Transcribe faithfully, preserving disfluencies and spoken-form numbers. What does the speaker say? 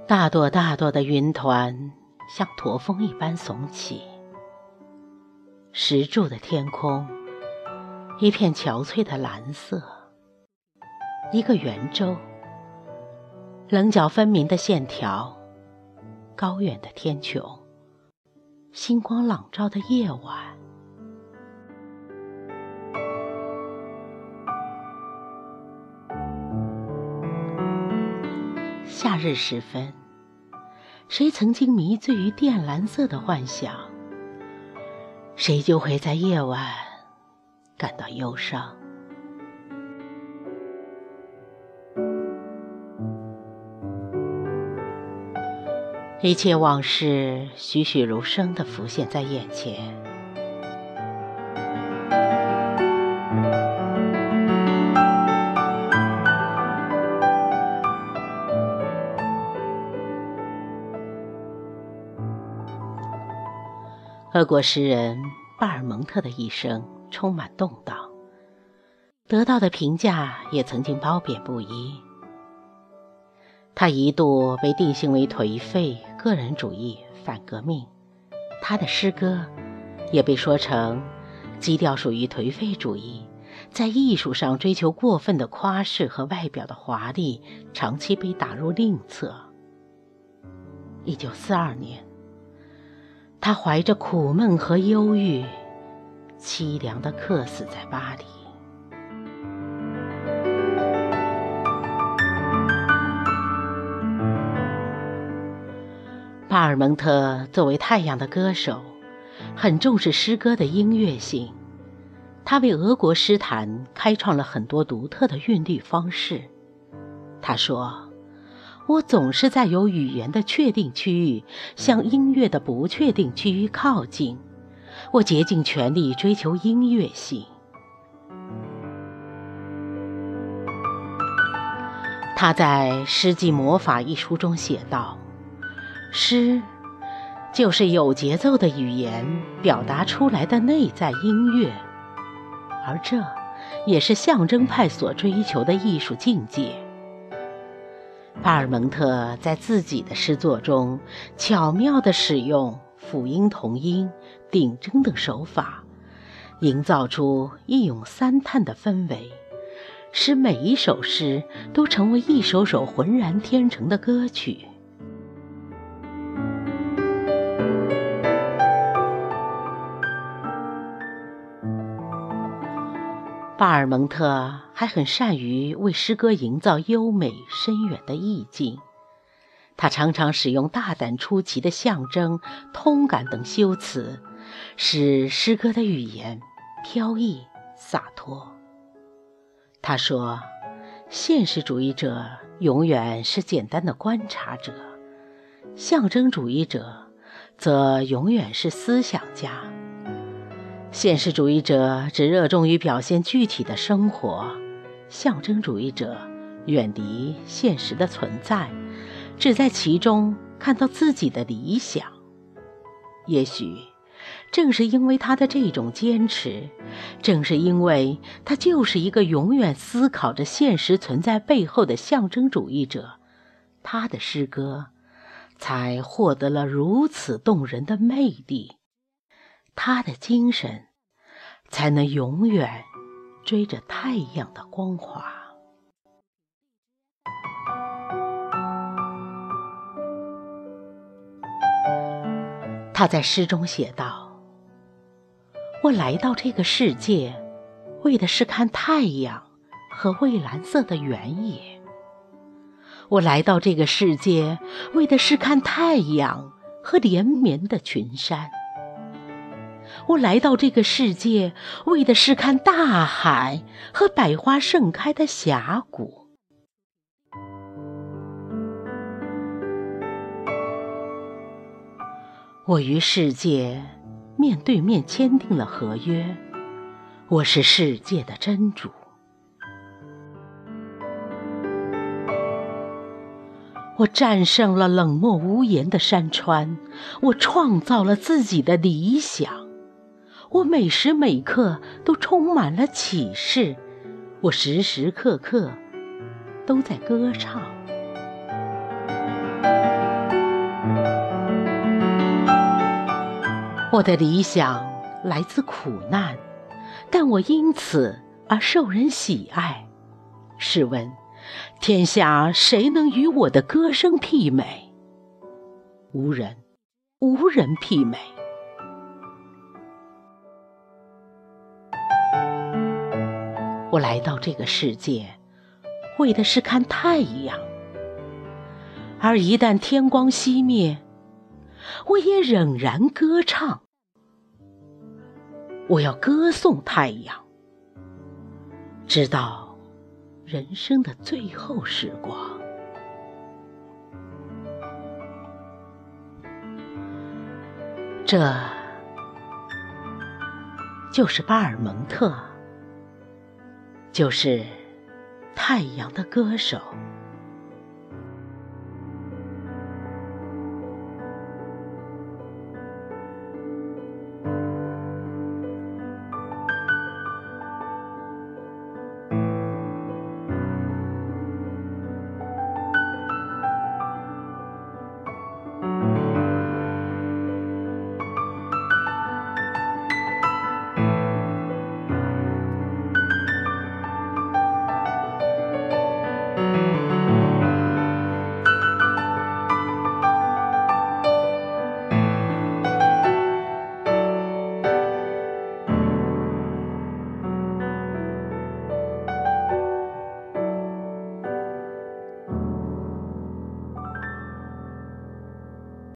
大朵大朵的云团像驼峰一般耸起，石柱的天空一片憔悴的蓝色，一个圆周，棱角分明的线条，高远的天穹，星光朗照的夜晚。夏日时分，谁曾经迷醉于靛蓝色的幻想，谁就会在夜晚感到忧伤。一切往事栩栩如生地浮现在眼前，俄国诗人巴尔蒙特的一生充满动荡，得到的评价也曾经褒贬不一。他一度被定性为颓废、个人主义、反革命，他的诗歌也被说成基调属于颓废主义，在艺术上追求过分的夸饰和外表的华丽，长期被打入另册。一九四二年，他怀着苦闷和忧郁，凄凉地客死在巴黎。巴尔蒙特作为太阳的歌手，很重视诗歌的音乐性，他为俄国诗坛开创了很多独特的韵律方式。他说，我总是在有语言的确定区域向音乐的不确定区域靠近，我竭尽全力追求音乐性。他在《诗记魔法》一书中写道，诗就是有节奏的语言表达出来的内在音乐，而这也是象征派所追求的艺术境界。巴尔蒙特在自己的诗作中巧妙地使用辅音同音、顶针等手法，营造出一咏三叹的氛围，使每一首诗都成为一首首浑然天成的歌曲。巴尔蒙特还很善于为诗歌营造优美深远的意境，他常常使用大胆出奇的象征、通感等修辞，使诗歌的语言飘逸洒脱。他说，现实主义者永远是简单的观察者，象征主义者则永远是思想家。现实主义者只热衷于表现具体的生活，象征主义者远离现实的存在，只在其中看到自己的理想。也许正是因为他的这种坚持，正是因为他就是一个永远思考着现实存在背后的象征主义者，他的诗歌才获得了如此动人的魅力，他的精神才能永远追着太阳的光华。他在诗中写道，我来到这个世界，为的是看太阳和蔚蓝色的原野。我来到这个世界，为的是看太阳和连绵的群山。我来到这个世界，为的是看大海和百花盛开的峡谷。我与世界面对面签订了合约，我是世界的真主。我战胜了冷漠无言的山川，我创造了自己的理想。我每时每刻都充满了启示，我时时刻刻都在歌唱。 我的理想来自苦难，但我因此而受人喜爱。试问，天下谁能与我的歌声媲美？无人，无人媲美。我来到这个世界，为的是看太阳，而一旦天光熄灭，我也仍然歌唱。我要歌颂太阳，直到人生的最后时光。这就是巴尔蒙特，就是太阳的歌手。